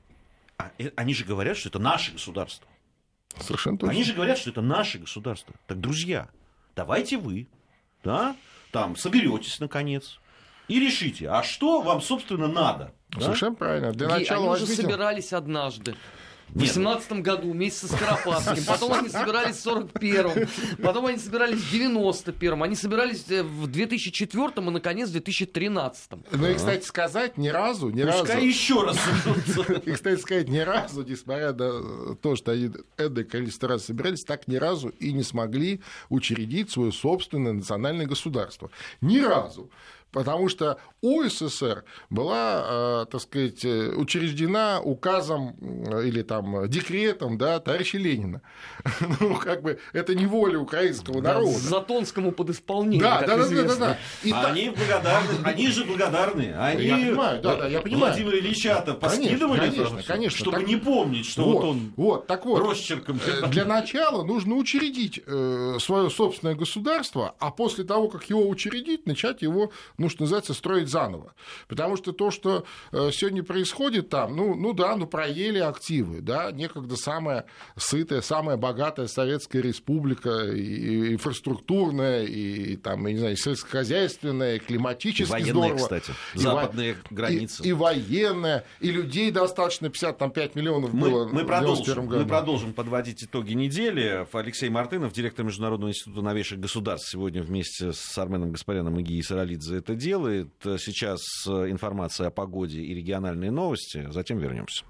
Speaker 1: а, они же говорят, что это наше государство.
Speaker 3: Совершенно точно.
Speaker 1: Они же говорят, что это наше государство. Так, друзья, давайте вы, да, там, соберетесь наконец и решите, а что вам, собственно, надо.
Speaker 3: Совершенно
Speaker 1: да?
Speaker 3: правильно. Для
Speaker 2: И
Speaker 3: начала
Speaker 2: они уже
Speaker 3: возьмите...
Speaker 2: собирались однажды. В
Speaker 1: Нет.
Speaker 2: восемнадцатом году вместе со Скоропадским, потом они собирались в сорок первом, потом они собирались в девяносто первом, они собирались в две тысячи четвёртом и, наконец, в две тысячи тринадцатом.
Speaker 3: Ну и, кстати, сказать, ни разу, ни
Speaker 1: Пускай
Speaker 3: разу...
Speaker 1: еще раз соберутся.
Speaker 3: И, кстати сказать, ни разу, несмотря на то, что они энное количество раз собирались, так ни разу и не смогли учредить свое собственное национальное государство. Ни разу. Потому что УССР была, так сказать, учреждена указом или там декретом, да, товарища Ленина. Ну, как бы, это не воля украинского
Speaker 2: Да,
Speaker 3: народа.
Speaker 2: Затонскому подисполнению,
Speaker 3: Да,
Speaker 2: как
Speaker 3: да, да,
Speaker 2: известно.
Speaker 3: да, да, да. И
Speaker 1: А
Speaker 3: так-
Speaker 1: они благодарны, они же благодарны. Они
Speaker 3: Я понимаю, да, да, я понимаю.
Speaker 1: Владимира Ильича-то поскидывали,
Speaker 3: Конечно,
Speaker 1: там,
Speaker 3: конечно, конечно.
Speaker 1: чтобы
Speaker 3: Так-
Speaker 1: не помнить, что
Speaker 3: вот,
Speaker 1: вот он
Speaker 3: вот, так вот,
Speaker 1: росчерком.
Speaker 3: э, для начала нужно учредить э, свое собственное государство, а после того, как его учредить, начать его, ну, что называется, строить заново. Потому что то, что э, сегодня происходит там, ну, ну да, ну проели активы, да, некогда самая сытая, самая богатая Советская Республика, и, и инфраструктурная, и, там, я не знаю, и сельскохозяйственная, и климатически
Speaker 1: И военная,
Speaker 3: здорово.
Speaker 1: кстати,
Speaker 3: И
Speaker 1: западные
Speaker 3: во-
Speaker 1: границы.
Speaker 3: И, и военная, и людей достаточно, пятьдесят пять миллионов
Speaker 1: Мы,
Speaker 3: было
Speaker 1: мы,
Speaker 3: в девяносто
Speaker 1: продолжим,
Speaker 3: первом
Speaker 1: мы
Speaker 3: году.
Speaker 1: продолжим подводить итоги недели. Алексей Мартынов, директор Международного института новейших государств, сегодня вместе с Арменом Гаспаряном и Гией Саралидзе это делает. Сейчас информация о погоде и региональные новости. Затем вернемся.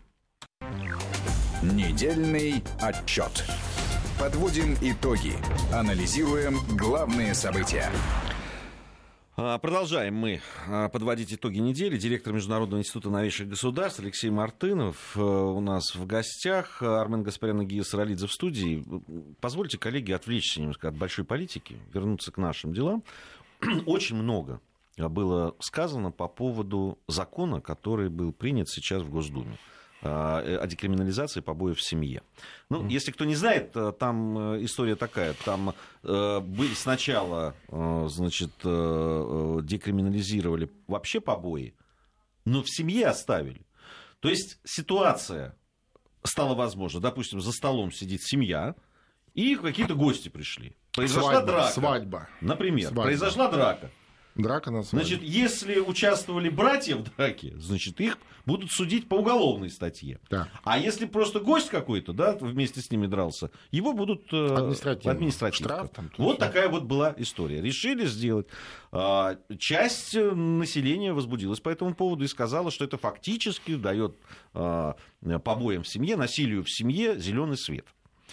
Speaker 4: Недельный отчет. Подводим итоги. Анализируем главные события.
Speaker 1: Продолжаем мы подводить итоги недели. Директор Международного института новейших государств Алексей Мартынов у нас в гостях. Армен Гаспарян и Гия Саралидзе в студии. Позвольте, коллеги, отвлечься немножко от большой политики, вернуться к нашим делам. Очень много было сказано по поводу закона, который был принят сейчас в Госдуме. о декриминализации побоев в семье. Ну, mm. если кто не знает, там история такая. Там были сначала, значит, декриминализировали вообще побои, но в семье оставили. То есть ситуация стала возможна. Допустим, за столом сидит семья, и какие-то гости пришли. Произошла
Speaker 3: свадьба,
Speaker 1: драка.
Speaker 3: Свадьба.
Speaker 1: Например,
Speaker 3: свадьба. Произошла
Speaker 1: драка.
Speaker 3: Драка на свадьбе.
Speaker 1: Значит, если участвовали братья в драке, значит, их будут судить по уголовной статье.
Speaker 3: Да.
Speaker 1: А если просто гость какой-то, да, вместе с ними дрался, его будут административно. административно. Штраф, там, вот все. Такая вот была история. Решили сделать. Часть населения возбудилась по этому поводу и сказала, что это фактически дает побоям в семье, насилию в семье зеленый свет.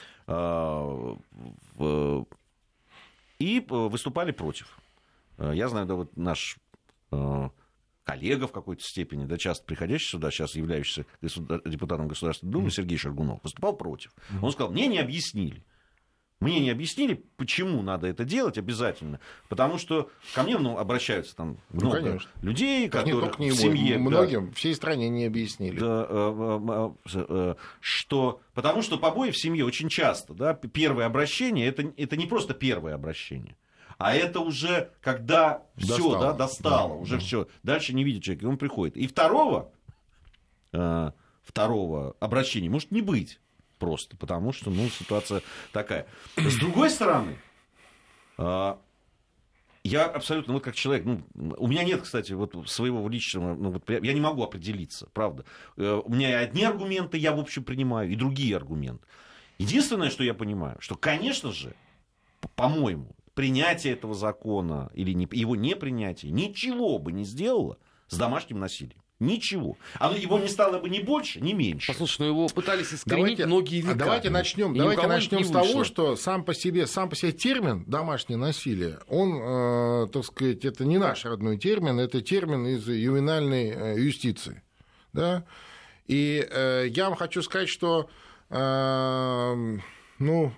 Speaker 1: И выступали против. Я знаю, да, вот наш э, коллега в какой-то степени, да, часто приходящий сюда, сейчас являющийся государ... депутатом Государственной Думы, mm-hmm. Сергей Шаргунов, выступал против. Mm-hmm. Он сказал, мне не объяснили. Мне не объяснили, почему надо это делать обязательно. Потому что ко мне ну, обращаются там много ну, людей,
Speaker 3: так
Speaker 1: которых
Speaker 3: не
Speaker 1: в семье...
Speaker 3: Многим,
Speaker 1: да,
Speaker 3: всей стране не объяснили.
Speaker 1: Да, э, э, э, что, потому что побои в семье очень часто. Да, первое обращение, это, это не просто первое обращение. А это уже когда все да, достало, да, уже да. все, дальше не видит человека, и он приходит. И второго, э, второго обращения может не быть просто, потому что ну, ситуация такая. С другой стороны, э, я абсолютно, вот как человек, ну, у меня нет, кстати, вот своего личного, ну, вот, я не могу определиться, правда. Э, у меня и одни аргументы я, в общем, принимаю, и другие аргументы. Единственное, что я понимаю, что, конечно же, по-моему, принятие этого закона или не, его непринятие ничего бы не сделало с домашним насилием. Ничего. А его не стало бы ни больше, ни меньше.
Speaker 2: Послушай, ну его пытались искоренить
Speaker 3: давайте,
Speaker 2: многие века.
Speaker 3: А давайте начнем, давайте начнем с того, что сам по себе, сам по себе термин «домашнее насилие», он, э, так сказать, это не наш родной термин, это термин из ювенальной э, юстиции. Да? И э, я вам хочу сказать, что э, ну,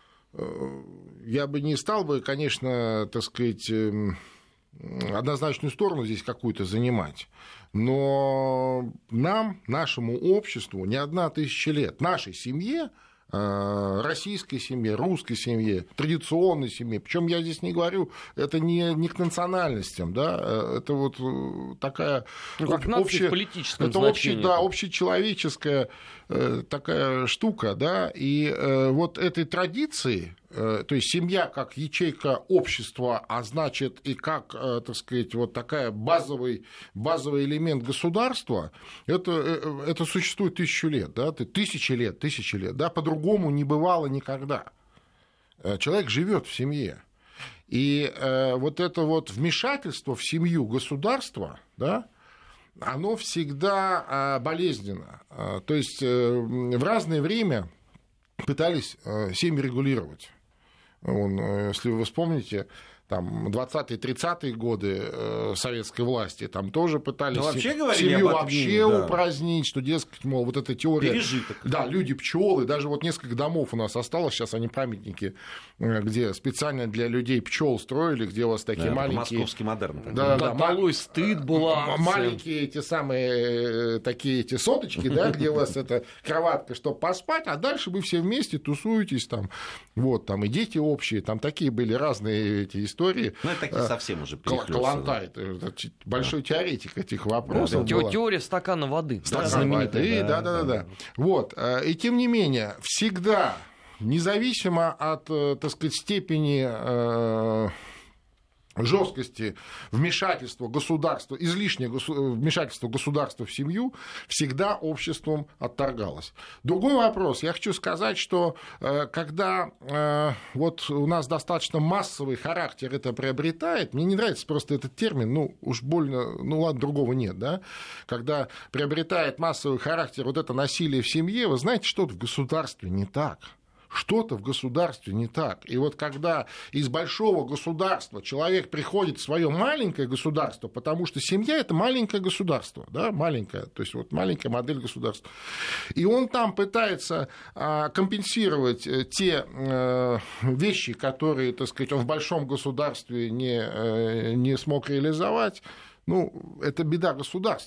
Speaker 3: я бы не стал бы, конечно, так сказать, однозначную сторону здесь какую-то занимать, но нам, нашему обществу не одна тысяча лет, нашей семье, российской семье, русской семье, традиционной семье, причем я здесь не говорю, это не, не к национальностям, да, это вот такая
Speaker 2: ну, как
Speaker 3: общая,
Speaker 2: политическое
Speaker 3: это общее, да, общечеловеческая такая штука, да, и вот этой традиции, то есть семья как ячейка общества, а значит и как, так сказать, вот такая базовый, базовый элемент государства, это, это существует тысячу лет, да, тысячи лет, тысячи лет, да, по-другому не бывало никогда. Человек живет в семье. И вот это вот вмешательство в семью государства, да, оно всегда болезненно. То есть в разное время пытались семьи регулировать. Если вы вспомните, там, двадцатые-тридцатые годы э, советской власти, там тоже пытались
Speaker 1: ну, вообще
Speaker 3: семью
Speaker 1: об
Speaker 3: вообще да. упразднить, что, дескать, мол, вот эта теория...
Speaker 1: Пережиток.
Speaker 3: Да, люди пчелы, даже вот несколько домов у нас осталось, сейчас они памятники, где специально для людей пчел строили, где у вас такие да, маленькие...
Speaker 1: Московский модерн.
Speaker 3: Да, да,
Speaker 2: да, да, стыд была.
Speaker 3: Маленькие эти самые, такие эти соточки, да, где у вас эта кроватка, чтобы поспать, а дальше вы все вместе тусуетесь там, вот, там и дети общие, там такие были разные эти истории. Истории.
Speaker 1: Ну, это такие совсем уже перехлёсты.
Speaker 3: Калантай, это большой да. теоретик этих вопросов.
Speaker 2: Да, да. Теория стакана воды.
Speaker 3: Стакан воды, да, да, да, да. Вот. И тем не менее, всегда, независимо от, так сказать, степени жесткости вмешательства государства, излишнее вмешательство государства в семью всегда обществом отторгалось. Другой вопрос. Я хочу сказать, что когда вот у нас достаточно массовый характер это приобретает, мне не нравится просто этот термин, ну уж больно, ну ладно, другого нет, да, когда приобретает массовый характер вот это насилие в семье, вы знаете, что-то в государстве не так. Что-то в государстве не так. И вот когда из большого государства человек приходит в свое маленькое государство, потому что семья – это маленькое государство, да, маленькое, то есть вот маленькая модель государства, и он там пытается компенсировать те вещи, которые, так сказать, он в большом государстве не, не смог реализовать, ну, это беда государства.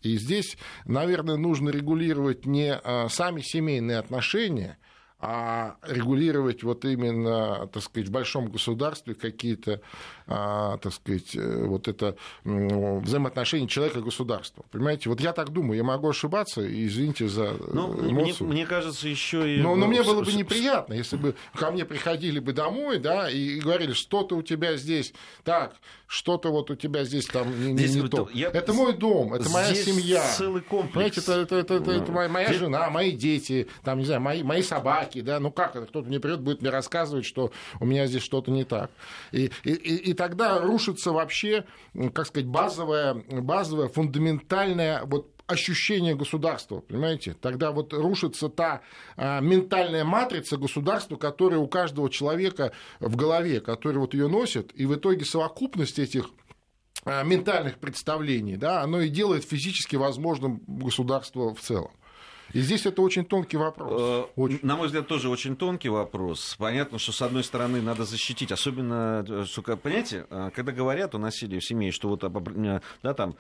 Speaker 3: И здесь, наверное, нужно регулировать не сами семейные отношения, а регулировать вот именно, так сказать, в большом государстве какие-то, так сказать, вот это взаимоотношения человека и государства. Понимаете, вот я так думаю, я могу ошибаться, и извините за
Speaker 1: ну,
Speaker 3: эмоцию.
Speaker 1: Мне, мне кажется, еще и...
Speaker 3: Но, но мне было бы неприятно, если бы ко мне приходили бы домой, да, и говорили, что-то у тебя здесь, так, что-то вот у тебя здесь там не, здесь, не то. Я... Это мой дом, это моя семья.
Speaker 1: Целый комплекс.
Speaker 3: Понимаете, это, это, это, это, это моя, моя
Speaker 1: здесь...
Speaker 3: жена, мои дети, там, не знаю, мои, мои собаки, да, ну как это, кто-то мне придет, будет мне рассказывать, что у меня здесь что-то не так. И, и, и, и тогда рушится вообще, как сказать, базовое, базовое фундаментальное вот ощущение государства, понимаете? Тогда вот рушится та а, ментальная матрица государства, которая у каждого человека в голове, который вот ее носит, и в итоге совокупность этих а, ментальных представлений, да, оно и делает физически возможным государство в целом. И здесь это очень тонкий вопрос. Очень.
Speaker 1: На мой взгляд, тоже очень тонкий вопрос. Понятно, что, с одной стороны, надо защитить. Особенно, что, понимаете, когда говорят о насилии в семье, что вот, да, там,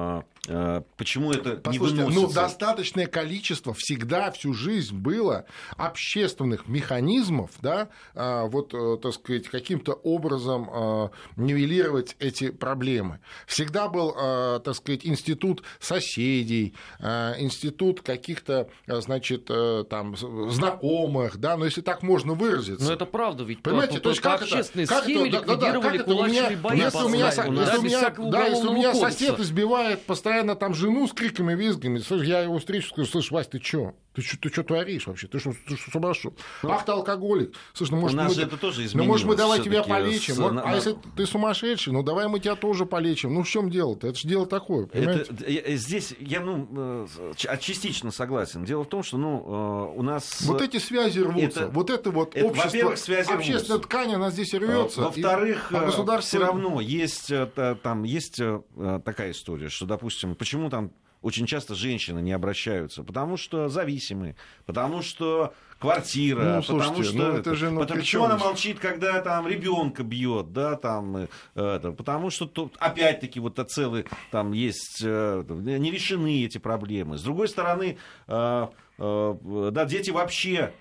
Speaker 1: почему это
Speaker 3: Послушайте,
Speaker 1: не выносится.
Speaker 3: Ну, достаточное количество всегда, всю жизнь было общественных механизмов, да, вот, так сказать, каким-то образом нивелировать эти проблемы. Всегда был, так сказать, институт соседей, институт каких-то, значит, там, знакомых, да, но если так можно выразиться.
Speaker 2: Но это правда, ведь
Speaker 3: понимаете, то есть как
Speaker 2: общественные
Speaker 3: это,
Speaker 2: схемы
Speaker 3: как это,
Speaker 2: ликвидировали
Speaker 3: да, да,
Speaker 2: кулачные бои.
Speaker 3: Если у меня, если у меня, да, если у меня
Speaker 2: кодекса.
Speaker 3: сосед избивает постоянно там жену с криками, визгами, слушай, я его встречу, скажу, слышь, Вась, ты чё? Ты что ты чё творишь вообще? Ты что, ты что с ума шел? Ах, ты алкоголик. Слушай, ну, может,
Speaker 1: у нас
Speaker 3: мы,
Speaker 1: это тоже
Speaker 3: ну, может, мы давай тебя полечим.
Speaker 1: С...
Speaker 3: Может,
Speaker 1: на...
Speaker 3: А если ты сумасшедший, ну, давай мы тебя тоже полечим. Ну, в чем дело-то? Это же дело такое, понимаете?
Speaker 1: Это, здесь я, ну, частично согласен. Дело в том, что, ну, у нас...
Speaker 3: Вот эти связи рвутся. Это, вот это вот это, общество,
Speaker 1: во-первых, связи
Speaker 3: общественная
Speaker 1: рвутся.
Speaker 3: Ткань, она здесь рвется.
Speaker 1: Во-вторых,
Speaker 3: а государство...
Speaker 1: все равно есть, там, есть такая история, что, допустим, почему там очень часто женщины не обращаются, потому что зависимы, потому что квартира,
Speaker 3: ну, слушайте,
Speaker 1: потому что...
Speaker 3: Ну, это же, ну,
Speaker 1: потому, почему она молчит, когда там ребенка бьет, да, там, это, потому что тут, опять-таки, вот целый, там есть, не решены эти проблемы. С другой стороны, да, дети вообще...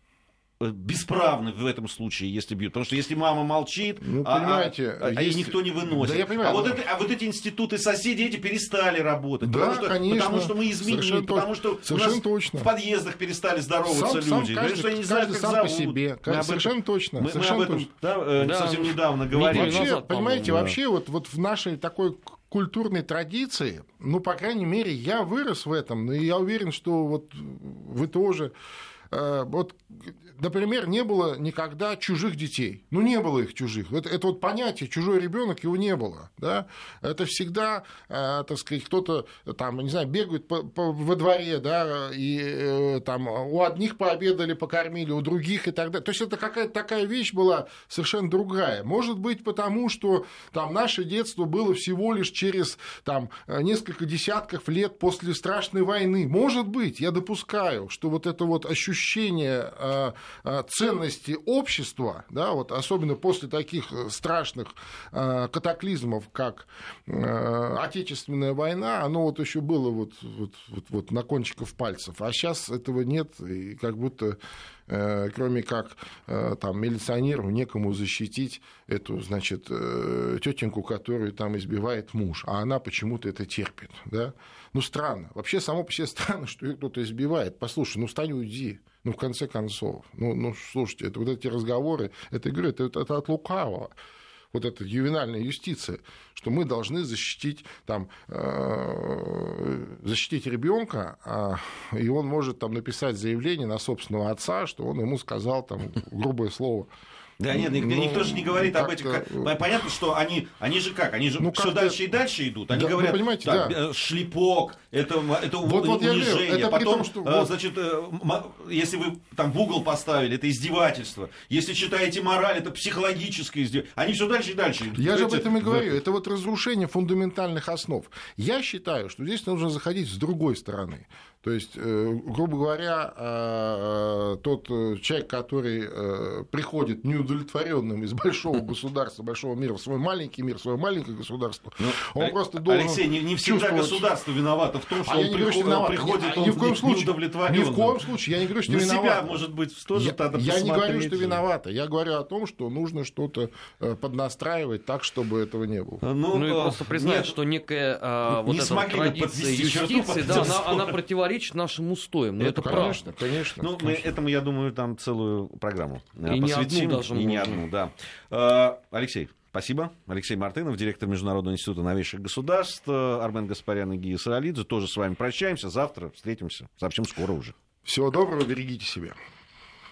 Speaker 1: бесправны в этом случае, если бьют. Потому что если мама молчит,
Speaker 3: ну,
Speaker 1: а,
Speaker 3: понимаете,
Speaker 1: а, а
Speaker 3: есть...
Speaker 1: никто не выносит.
Speaker 3: Да, я понимаю,
Speaker 1: а, вот
Speaker 3: но...
Speaker 1: это, а вот эти институты соседей эти перестали работать.
Speaker 3: Да,
Speaker 1: потому, что,
Speaker 3: конечно.
Speaker 1: потому что мы изменили,
Speaker 3: Совершенно
Speaker 1: потому что
Speaker 3: Совершенно
Speaker 1: у нас
Speaker 3: точно.
Speaker 1: в подъездах перестали здороваться
Speaker 3: сам,
Speaker 1: люди.
Speaker 3: Сам каждый,
Speaker 1: что они не
Speaker 3: каждый
Speaker 1: знают, как
Speaker 3: сам
Speaker 1: зовут.
Speaker 3: по себе.
Speaker 1: Мы
Speaker 3: Совершенно
Speaker 1: этом,
Speaker 3: точно.
Speaker 1: Мы,
Speaker 3: совершенно
Speaker 1: мы об этом
Speaker 3: точно.
Speaker 1: да, да. совсем недавно говорили.
Speaker 3: Вообще,
Speaker 2: назад,
Speaker 3: понимаете,
Speaker 2: да.
Speaker 3: вообще вот, вот в нашей такой культурной традиции, ну, по крайней мере, я вырос в этом, но я уверен, что вот вы тоже... Вот, например, не было никогда чужих детей. Ну, не было их чужих. Это, это вот понятие чужой ребенок, его не было. Да? Это всегда, э, так сказать, кто-то там, не знаю, бегает по, по, во дворе, да, и э, там у одних пообедали, покормили, у других и так далее. То есть это какая-то такая вещь была совершенно другая. Может быть, потому что там наше детство было всего лишь через там, несколько десятков лет после страшной войны. Может быть, я допускаю, что вот это вот ощущение ощущение ценности общества, да, вот, особенно после таких страшных катаклизмов, как Отечественная война, оно вот еще было вот, вот, вот, вот на кончиках пальцев, а сейчас этого нет, и как будто кроме как там, милиционеру некому защитить эту, значит, тетеньку, которую там избивает муж, а она почему-то это терпит, да? Ну, странно. Вообще, само по себе странно, что ее кто-то избивает. Послушай, ну, встань, уйди. Ну, в конце концов. Ну, ну слушайте, это вот эти разговоры, это, я говорю, это, это от лукавого. Вот эта ювенальная юстиция, что мы должны защитить, там, э, защитить ребенка, э, и он может там, написать заявление на собственного отца, что он ему сказал там, грубое слово.
Speaker 1: Да нет, никто, ну, никто же не говорит об этих. Понятно, что они, они же как? Они же ну, все дальше и дальше идут. Они да, говорят, понимаете, так, да. шлепок, это, это вот, унижение. Вот это Потом, том, что, вот... значит, если вы там в угол поставили, это издевательство. Если читаете мораль, это психологическое издевательство. Они все дальше и дальше идут.
Speaker 3: Я же об этом и говорю. Это вот разрушение фундаментальных основ. Я считаю, что здесь нужно заходить с другой стороны. То есть, грубо говоря, тот человек, который приходит неудовлетворенным из большого государства, большого мира в свой маленький мир, в свое маленькое государство, ну, он Алексей, просто должен
Speaker 1: Алексей, не, не всегда
Speaker 3: чувствовать...
Speaker 1: государство виновато в том, что
Speaker 3: а
Speaker 1: он
Speaker 3: я не
Speaker 1: приход...
Speaker 3: говорю,
Speaker 1: приходит
Speaker 3: он ни в коем случае,
Speaker 1: неудовлетворенным.
Speaker 3: Ни в коем случае, я не говорю, что
Speaker 1: На
Speaker 3: виноват.
Speaker 1: себя, может быть, тоже
Speaker 3: я,
Speaker 1: надо
Speaker 3: я не говорю, что
Speaker 1: же.
Speaker 3: виновата. Я говорю о том, что нужно что-то поднастраивать так, чтобы этого не было.
Speaker 2: Ну, ну и просто признать, нет, что некая а, вот эта традиция юстиции, да, она, она противоречит нашим устоям. Но это, это
Speaker 3: конечно, конечно.
Speaker 1: Ну,
Speaker 3: конечно.
Speaker 1: мы этому, я думаю, там целую программу
Speaker 2: и
Speaker 1: посвятим.
Speaker 2: Не одну даже
Speaker 1: и не одну, да. Алексей, спасибо. Алексей Мартынов, директор Международного института новейших государств. Армен Гаспарян и Гия Саралидзе. Тоже с вами прощаемся. Завтра встретимся. Совсем скоро уже.
Speaker 3: Всего доброго, берегите себя.